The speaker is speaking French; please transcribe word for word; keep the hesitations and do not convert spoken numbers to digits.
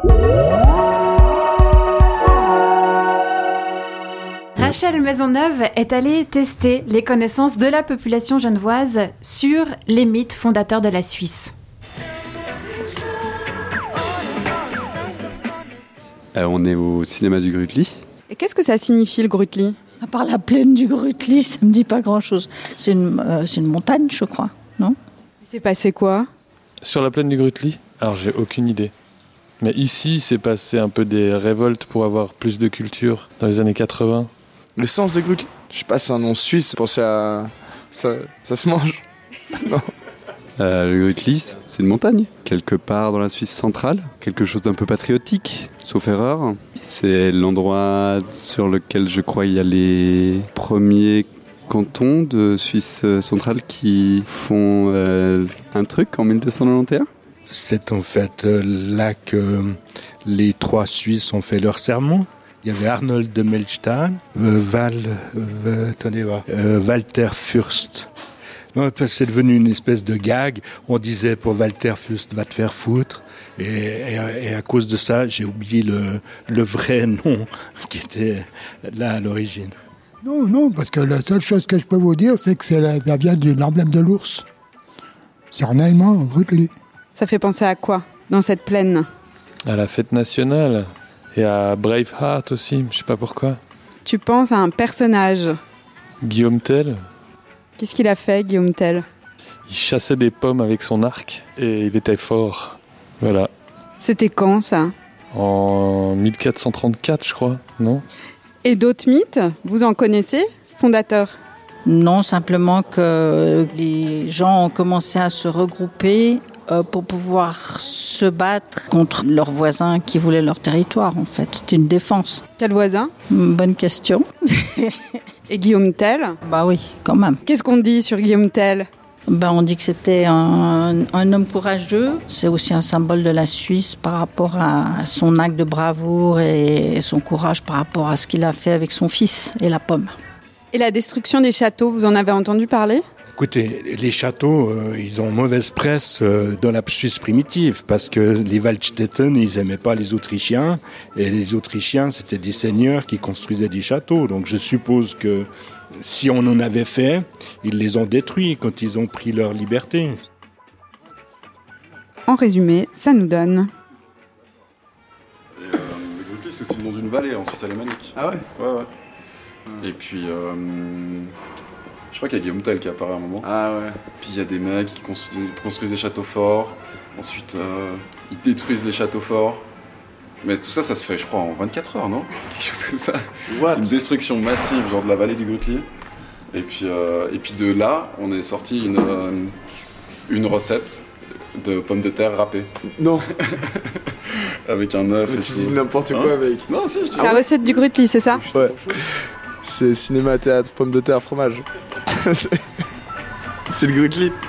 Rachel Maisonneuve est allée tester les connaissances de la population genevoise sur les mythes fondateurs de la Suisse. Euh, on est au cinéma du Grütli. Et qu'est-ce que ça signifie le Grütli ? À part la plaine du Grütli, ça me dit pas grand-chose. C'est une, euh, c'est une montagne, je crois, non ? Il s'est passé quoi ? Sur la plaine du Grütli ? Alors, j'ai aucune idée. Mais ici, c'est passé un peu des révoltes pour avoir plus de culture dans les années quatre-vingts. Le sens de Grütli ? Je sais pas, c'est un nom suisse, pensez à... Ça, ça se mange ? Non. Euh, le Grütli, c'est une montagne, quelque part dans la Suisse centrale. Quelque chose d'un peu patriotique, sauf erreur. C'est l'endroit sur lequel je crois il y a les premiers cantons de Suisse centrale qui font euh, un truc en dix-neuf cent quatre-vingt-onze. C'est en fait euh, là que les trois Suisses ont fait leur serment. Il y avait Arnold de Melchthal, euh, Val, euh, attendez voir, euh, Walter Fürst. Non, c'est devenu une espèce de gag. On disait pour Walter Fürst, va te faire foutre. Et, et, et à cause de ça, j'ai oublié le, le vrai nom qui était là à l'origine. Non, non, parce que la seule chose que je peux vous dire, c'est que c'est la, ça vient de l'emblème de l'ours. C'est en allemand, Grütli. Ça fait penser à quoi dans cette plaine ? À la fête nationale et à Braveheart aussi, je sais pas pourquoi. Tu penses à un personnage ? Guillaume Tell. Qu'est-ce qu'il a fait, Guillaume Tell ? Il chassait des pommes avec son arc et il était fort. Voilà. C'était quand, ça ? En mille quatre cent trente-quatre, je crois, non ? Et d'autres mythes, vous en connaissez, fondateurs ? Non, simplement que les gens ont commencé à se regrouper euh, pour pouvoir se battre contre leurs voisins qui voulaient leur territoire, en fait. C'était une défense. Quel voisin ? Bonne question. Et Guillaume Tell ? Bah oui, quand même. Qu'est-ce qu'on dit sur Guillaume Tell ? Ben, on dit que c'était un, un homme courageux. C'est aussi un symbole de la Suisse par rapport à son acte de bravoure et son courage par rapport à ce qu'il a fait avec son fils et la pomme. Et la destruction des châteaux, vous en avez entendu parler ? Écoutez, les châteaux, euh, ils ont mauvaise presse euh, dans la Suisse primitive parce que les Waldstätten, ils aimaient pas les Autrichiens et les Autrichiens, c'était des seigneurs qui construisaient des châteaux. Donc je suppose que si on en avait fait, ils les ont détruits quand ils ont pris leur liberté. En résumé, ça nous donne... Et, euh, le Grütli, c'est aussi le nom d'une vallée en Suisse alémanique. Ah ouais ? Ouais, ouais. Et puis, euh, je crois qu'il y a Guillaume Tell qui apparaît à un moment. Ah ouais. Puis il y a des mecs qui construisent, construisent des châteaux forts. Ensuite, euh, ils détruisent les châteaux forts. Mais tout ça, ça se fait, je crois, en vingt-quatre heures, non ? Quelque chose comme ça. What ? Une destruction massive, genre de la vallée du Grütli. Et puis, euh, et puis de là, on est sorti une, euh, une recette de pommes de terre râpées. Non. Avec un œuf Mais et tu tout. dis n'importe Hein ? quoi, mec. Non, si, je dis. La recette du Grütli, c'est ça ? Ouais. C'est cinéma, théâtre, pommes de terre, fromage. c'est... c'est le Grütli.